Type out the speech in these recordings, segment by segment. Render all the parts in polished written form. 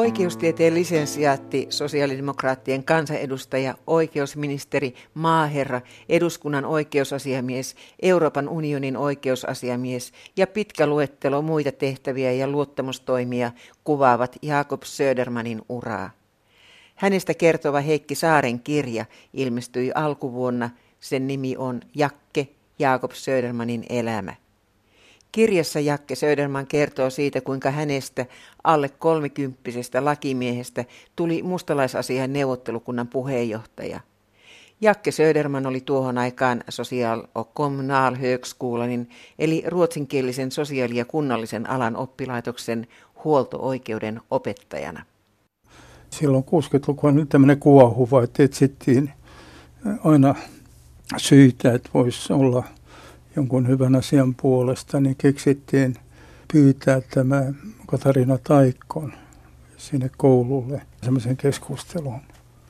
Oikeustieteen lisensiaatti, sosiaalidemokraattien kansanedustaja, oikeusministeri, maaherra, eduskunnan oikeusasiamies, Euroopan unionin oikeusasiamies ja pitkä luettelo muita tehtäviä ja luottamustoimia kuvaavat Jacob Södermanin uraa. Hänestä kertova Heikki Saaren kirja ilmestyi alkuvuonna. Sen nimi on Jakke, Jacob Södermanin elämä. Kirjassa Jakke Söderman kertoo siitä, kuinka hänestä alle 30-vuotiaasta lakimiehestä tuli mustalaisasiain neuvottelukunnan puheenjohtaja. Jakke Söderman oli tuohon aikaan Social- och kommunalhögskolanin eli ruotsinkielisen sosiaali- ja kunnallisen alan oppilaitoksen huolto-oikeuden opettajana. Silloin 60-luvulla oli tämmöinen kuvahuva, että etsittiin aina syitä, että voisi olla jonkun hyvän asian puolesta, niin keksittiin pyytää tämä Katariina Taikon sinne koululle semmoisen keskusteluun.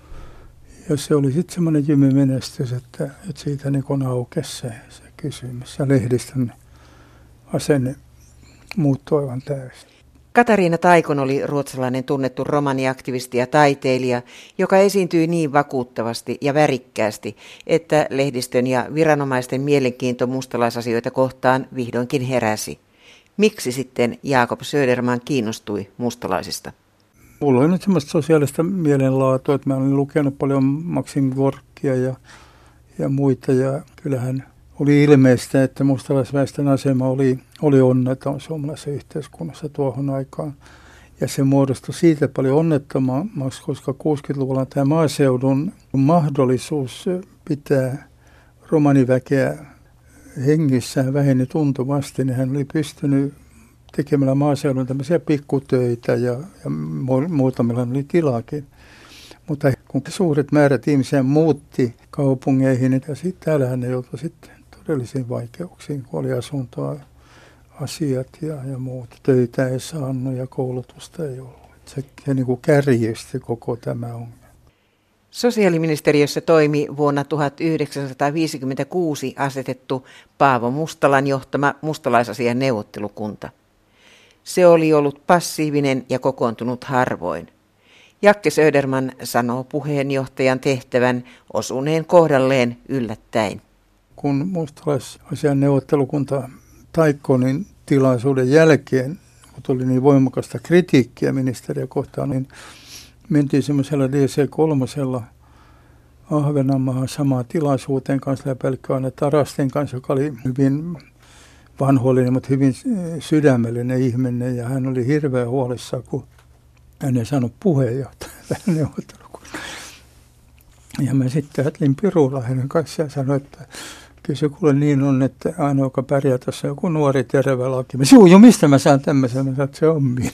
Ja se oli sitten semmoinen jymymenestys, että siitä niin kuin aukesi se kysymys ja lehdistön asenne muuttui aivan täysin. Katariina Taikon oli ruotsalainen tunnettu romaniaktivisti ja taiteilija, joka esiintyi niin vakuuttavasti ja värikkäästi, että lehdistön ja viranomaisten mielenkiinto mustalaisasioita kohtaan vihdoinkin heräsi. Miksi sitten Jacob Söderman kiinnostui mustalaisista? Mulla oli nyt semmoista sosiaalista mielenlaatua, että mä olin lukenut paljon Maxim Gorkia ja muita, ja kyllähän oli ilmeistä, että mustalaisväestön asema oli onneton suomalaisessa yhteiskunnassa tuohon aikaan. Ja se muodostui siitä paljon onnettomammaksi, koska 60-luvulla tämä maaseudun mahdollisuus pitää romaniväkeä hengissään väheni tuntuvasti, niin hän oli pystynyt tekemällä maaseudun tämmöisiä pikkutöitä ja muutamilla oli tilaakin. Mutta kun suuret määrät ihmisiä muutti kaupungeihin, niin täällähän ne joutui sitten todellisiin vaikeuksiin, kun oli asuntoa, asiat ja muut. Töitä ei saanut ja koulutusta ei ollut. Se niin kuin kärjisti koko tämä ongelma. Sosiaaliministeriössä toimi vuonna 1956 asetettu Paavo Mustalan johtama mustalaisasian neuvottelukunta. Se oli ollut passiivinen ja kokoontunut harvoin. Jakke Söderman sanoo puheenjohtajan tehtävän osuneen kohdalleen yllättäen. Kun mustalaisasian neuvottelukunta Taikkonin tilaisuuden jälkeen, kun tuli niin voimakasta kritiikkiä ministeriä kohtaan, niin mentiin semmoisella DC3 Ahvenanmaahan samaan tilaisuuteen kansliapäällikkö Tarastin kanssa, joka oli hyvin vanhoillinen, mutta hyvin sydämellinen ihminen, ja hän oli hirveän huolissaan, kun hän ei saanut puheenjohtajan tähän neuvottelukuntaan. Ja mä sitten ajattelin pirulla hänen kanssa ja sanoin, että kyllä se kuule niin on, että ainoa, joka pärjää tässä on joku nuori terve lakimies. Joo, mistä mä saan tämmöisen? Mä sanoin, että se on minä.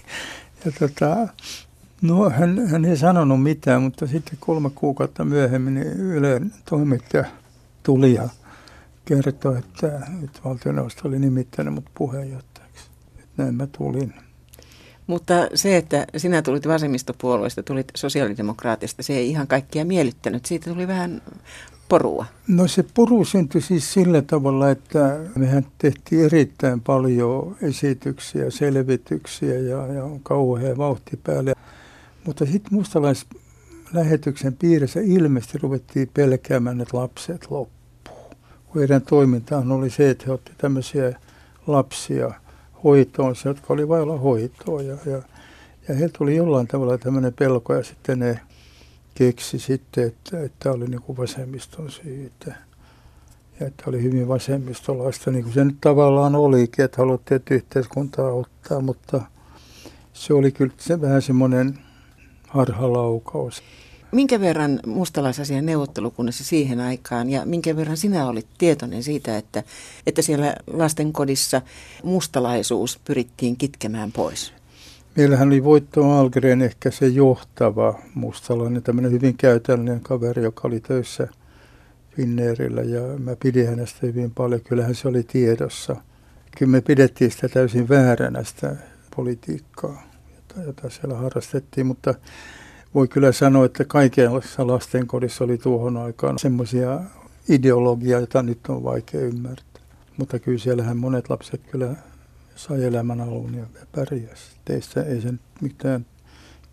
Ja no hän ei sanonut mitään, mutta sitten 3 kuukautta myöhemmin niin Ylen toimittaja tuli ja kertoi, että valtioneuvosto oli nimittänyt mut puheenjohtajaksi. Että näin mä tulin. Mutta se, että sinä tulit vasemmistopuolueesta, tulit sosiaalidemokraatista, se ei ihan kaikkia miellyttänyt. Siitä tuli vähän porua. No se poru syntyi siis sillä tavalla, että mehän tehtiin erittäin paljon esityksiä, selvityksiä ja kauhea vauhti päälle. Mutta sitten mustalaislähetyksen piirissä ilmeisesti ruvettiin pelkäämään, että lapset loppuu. Heidän toimintaan oli se, että he otti tämmöisiä lapsia hoitoon, jotka oli vailla hoitoa. Ja heiltä tuli jollain tavalla tämmöinen pelko, ja sitten ne keksi sitten, että oli niin kuin vasemmiston syytä. Ja että oli hyvin vasemmistolaista, niin kuin se nyt tavallaan olikin, että haluttiin, että yhteiskuntaa ottaa, mutta se oli kyllä se vähän semmoinen harhalaukaus. Minkä verran mustalaisasian neuvottelukunnassa siihen aikaan ja minkä verran sinä olit tietoinen siitä, että siellä lastenkodissa mustalaisuus pyrittiin kitkemään pois? Meillähän oli Voitto Ahlgren ehkä se johtava mustalainen, tämmöinen hyvin käytännöllinen kaveri, joka oli töissä Finnairilla, ja mä pidin hänestä hyvin paljon. Kyllähän se oli tiedossa. Kyllä me pidettiin sitä täysin vääränä sitä politiikkaa, jota siellä harrastettiin, mutta voi kyllä sanoa, että kaikessa lastenkodissa oli tuohon aikaan semmoisia ideologiaa, jota nyt on vaikea ymmärtää. Mutta kyllä siellähän monet lapset kyllä sai elämän alun ja pärjäsi. Ei se mitään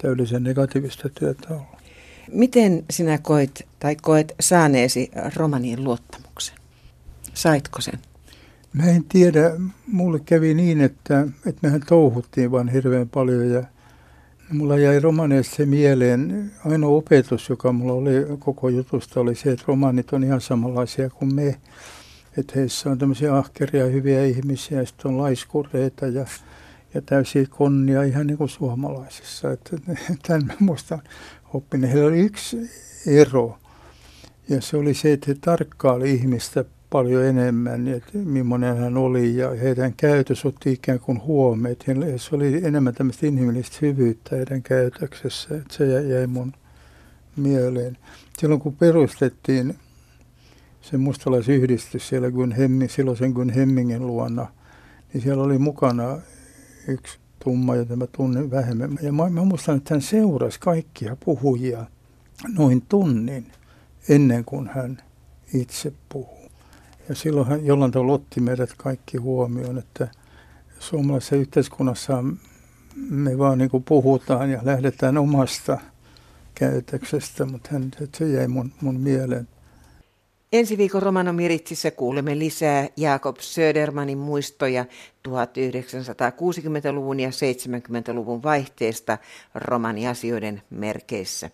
täydellisen negatiivista työtä ollut. Miten sinä koet saaneesi romanien luottamuksen? Saitko sen? Mä en tiedä. Mulle kävi niin, että mehän touhuttiin vaan hirveän paljon ja mulla jäi romaneista se mieleen. Ainoa opetus, joka mulla oli koko jutusta, oli se, että romanit on ihan samanlaisia kuin me. Että heissä on tämmöisiä ahkeria, hyviä ihmisiä ja sitten on laiskureita ja täysiä konnia ihan niin kuin suomalaisissa. Tämän mä muistan oppinut. Heillä oli yksi ero ja se oli se, että he tarkkaili ihmistä paljon enemmän, että millainen hän oli ja heidän käytös otti ikään kuin huomioon. Se oli enemmän tämmöistä inhimillistä hyvyyttä heidän käytöksessä, että se jäi mun mieleen. Silloin kun perustettiin se mustalaisyhdistys siellä silloisen Gun Hemmingin luona, niin siellä oli mukana yksi tumma, jota mä tunnen vähemmän. Ja mä muistan, että hän seurasi kaikkia puhujia noin tunnin ennen kuin hän itse puhui. Ja silloin hän jollain tavalla otti meidät kaikki huomioon, että suomalaisessa yhteiskunnassa me vaan niin kuin puhutaan ja lähdetään omasta käytöksestä, mutta se jäi mun mieleen. Ensi viikon Romano Miritsissä kuulemme lisää Jakob Södermanin muistoja 1960-luvun ja 70-luvun vaihteesta romaniasioiden merkeissä.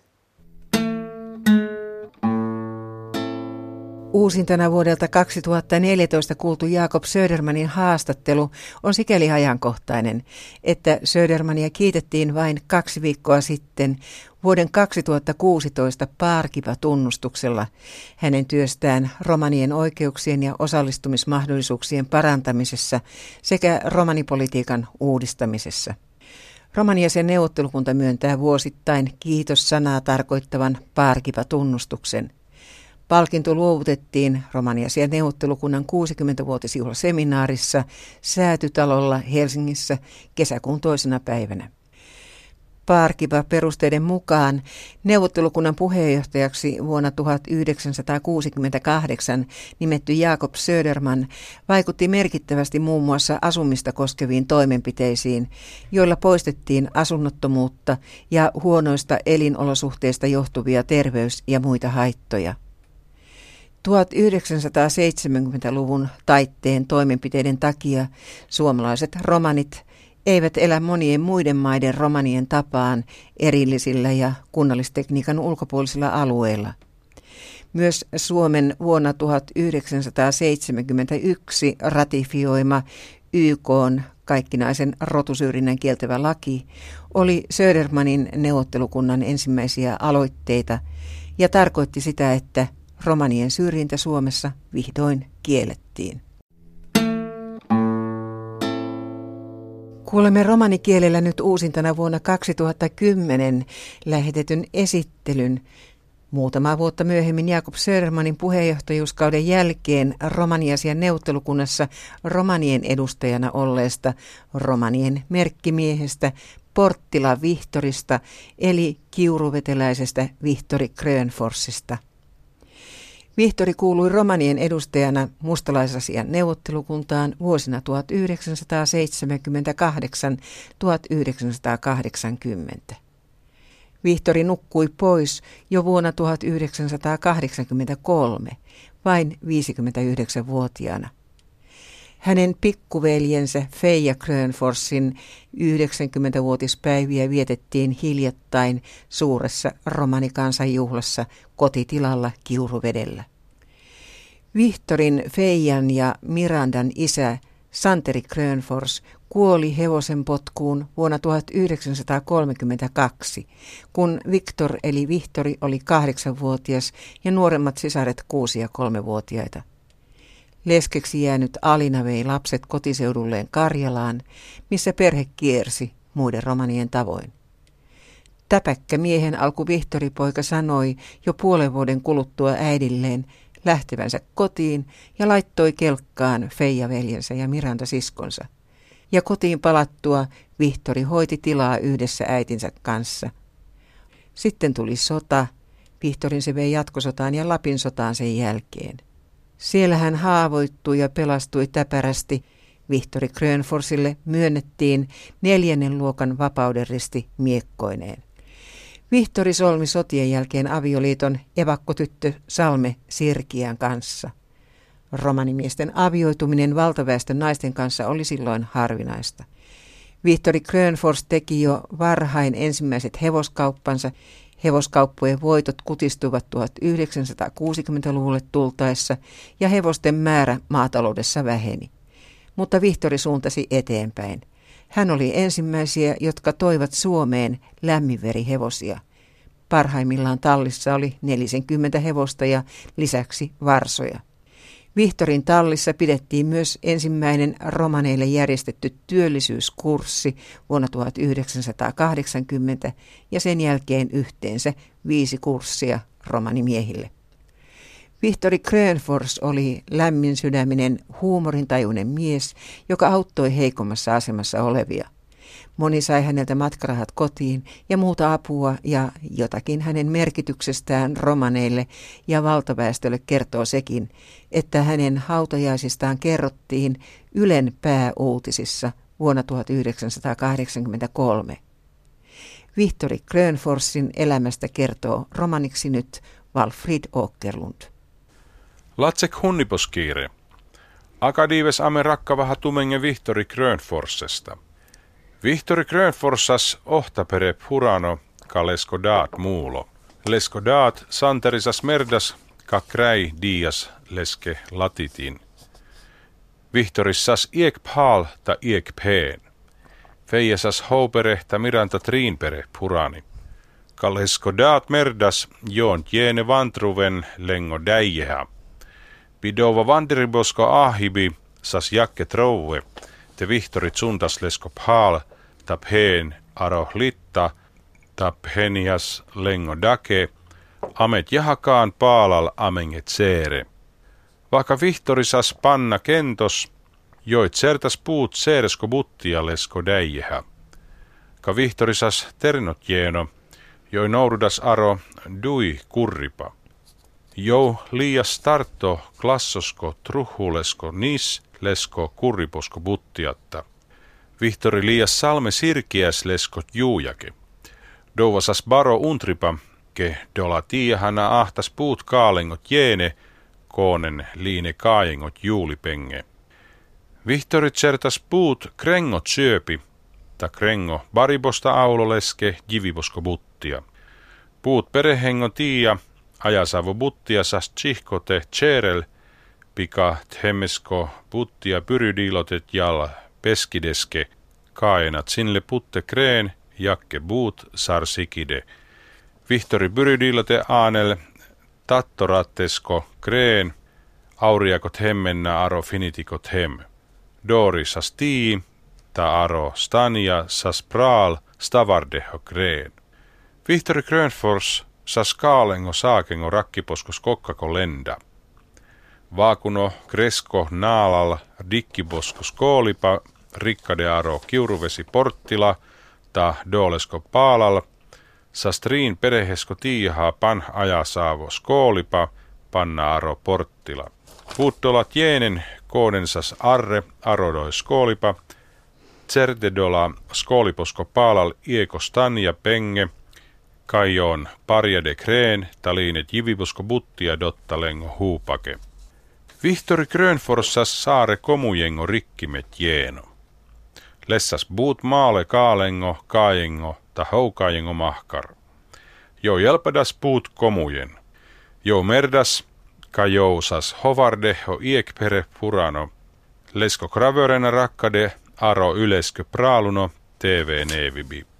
Uusintana vuodelta 2014 kuultu Jakob Södermanin haastattelu on sikäli ajankohtainen, että Södermania kiitettiin vain 2 viikkoa sitten vuoden 2016 Parkiba-tunnustuksella hänen työstään romanien oikeuksien ja osallistumismahdollisuuksien parantamisessa sekä romanipolitiikan uudistamisessa. Romaniasian neuvottelukunta myöntää vuosittain kiitossanaa tarkoittavan Parkiba-tunnustuksen. Palkinto luovutettiin Romaniasian neuvottelukunnan 60-vuotisjuhlaseminaarissa Säätytalolla Helsingissä kesäkuun 2. päivänä. Parkiba-perusteiden mukaan neuvottelukunnan puheenjohtajaksi vuonna 1968 nimetty Jakob Söderman vaikutti merkittävästi muun muassa asumista koskeviin toimenpiteisiin, joilla poistettiin asunnottomuutta ja huonoista elinolosuhteista johtuvia terveys- ja muita haittoja. 1970-luvun taitteen toimenpiteiden takia suomalaiset romanit eivät elä monien muiden maiden romanien tapaan erillisillä ja kunnallistekniikan ulkopuolisilla alueilla. Myös Suomen vuonna 1971 ratifioima YK:n kaikkinaisen rotusyrjinnän kieltävä laki oli Södermanin neuvottelukunnan ensimmäisiä aloitteita ja tarkoitti sitä, että romanien syrjintä Suomessa vihdoin kiellettiin. Kuulemme romanikielellä nyt uusintana vuonna 2010 lähetetyn esittelyn muutama vuotta myöhemmin Jakob Södermanin puheenjohtajuuskauden jälkeen romaniasian neuvottelukunnassa romanien edustajana olleesta romanien merkkimiehestä Porttila Vihtorista eli kiuruveteläisestä Vihtori Grönforsista. Vihtori kuului romanien edustajana mustalaisasian neuvottelukuntaan vuosina 1978–1980. Vihtori nukkui pois jo vuonna 1983, vain 59-vuotiaana. Hänen pikkuveljensä Feija Grönforsin 90-vuotispäiviä vietettiin hiljattain suuressa romanikansanjuhlassa kotitilalla Kiuruvedellä. Vihtorin, Feijan ja Mirandan isä Santeri Grönfors kuoli hevosenpotkuun vuonna 1932, kun Viktor eli Vihtori oli 8-vuotias ja nuoremmat sisaret 6- ja 3-vuotiaita. Leskeksi jäänyt Alina vei lapset kotiseudulleen Karjalaan, missä perhe kiersi muiden romanien tavoin. Täpäkkä miehen alku Vihtori-poika sanoi jo puolen vuoden kuluttua äidilleen lähtevänsä kotiin ja laittoi kelkkaan Feija-veljensä ja Miranda-siskonsa. Ja kotiin palattua Vihtori hoiti tilaa yhdessä äitinsä kanssa. Sitten tuli sota, Vihtorin se vei jatkosotaan ja Lapin sotaan sen jälkeen. Siellä hän haavoittui ja pelastui täpärästi. Vihtori Grönforsille myönnettiin 4. luokan vapaudenristi miekkoineen. Vihtori solmi sotien jälkeen avioliiton evakkotyttö Salme Sirkiän kanssa. Romanimiesten avioituminen valtaväestön naisten kanssa oli silloin harvinaista. Vihtori Krönfors teki jo varhain ensimmäiset hevoskauppansa. Hevoskauppojen voitot kutistuivat 1960-luvulle tultaessa ja hevosten määrä maataloudessa väheni. Mutta Vihtori suuntasi eteenpäin. Hän oli ensimmäisiä, jotka toivat Suomeen lämminverihevosia. Parhaimmillaan tallissa oli 40 hevosta ja lisäksi varsoja. Vihtorin tallissa pidettiin myös ensimmäinen romaneille järjestetty työllisyyskurssi vuonna 1980 ja sen jälkeen yhteensä 5 kurssia romanimiehille. Vihtori Krönfors oli lämminsydäminen, huumorintajuinen mies, joka auttoi heikommassa asemassa olevia. Moni sai häneltä matkarahat kotiin ja muuta apua, ja jotakin hänen merkityksestään romaneille ja valtaväestölle kertoo sekin, että hänen hautajaisistaan kerrottiin Ylen pääuutisissa vuonna 1983. Vihtori Krönforsin elämästä kertoo romaniksi nyt Valfrid Åkerlund. Latsek hunniposkiire. Akadives ame rakkavaha tumenge Vihtori Krönforsesta. Vihtori Krönforsas ohtapere purano ka leskodaat muulo. Leskodaat santerisas merdas ka kräi dias leske latitin. Vihtorissas iek paal ta iek peen. Feijasas houpere ta miranta triinpere purani. Ka leskodaat merdas joon jene vantruven lengo däijeha. Pidova vanderibosko ahibi sas jakke trouve. Te Vihtorit suntas lesko paal ta peen aro litta ta penias lengo dake amet jahakaan paalal amenget seere. Vaikka Vihtorisas panna kentos, joit sertas puut seeresko buttia lesko däijehä. Ka Vihtorisas ternot jeeno, joi nourudas aro dui kurripa. Jou liias starto klassosko truhulesko nis lesko kurriposko buttiatta. Vihtori liias salme sirkiäs lesko juujake. Douvasas baro untripa, ke dola tiihana ahtas puut kaalengot jeene, koonen liine kaajengot juulipenge. Vihtori tsertas puut krengot syöpi, ta krengo baribosta auloleske jivibosko buttia. Puut perehengo tiia, ajasavo buttia sas tsihkote tserel, pika themmesko buttia pyrydiilotet jal peskideske, kaenat sinle putte kreen, jakke buut sarsikide. Vihtori pyrydiilote aanel, tattorattesko kreen, auriakot hemmenna aro finitikot hem. Dori sas tii, ta aro stania sas praal stavardeho kreen. Vihtori Krönfors sas kaalengo saakengo rakkiposkos kokkako lenda. Vaakuno kresko naalal dikkiposkos koolipa rikkade aro kiuruvesi porttila ta doolesko paalal sastriin perehesko tiihaa pan ajasaavos koolipa panna aro porttila. Puuttolat jeenen koodensas arre arodoi skoolipa tsertedola skooliposko paalal iekostan ja penge kaijoon parja de kreen taliinet jiviposko buttia dotta lengo huupake. Vihtori Krönforsas saare komujengo rikkimet jeeno. Lessas buut maale kaalengo, kaajengo ta houkaajengo mahkar. Jo jelpadas puut komujen. Jo merdas ka jousas hovardeho iekpere purano. Lesko kravörena rakkade aro yleskö praaluno TV nevibi.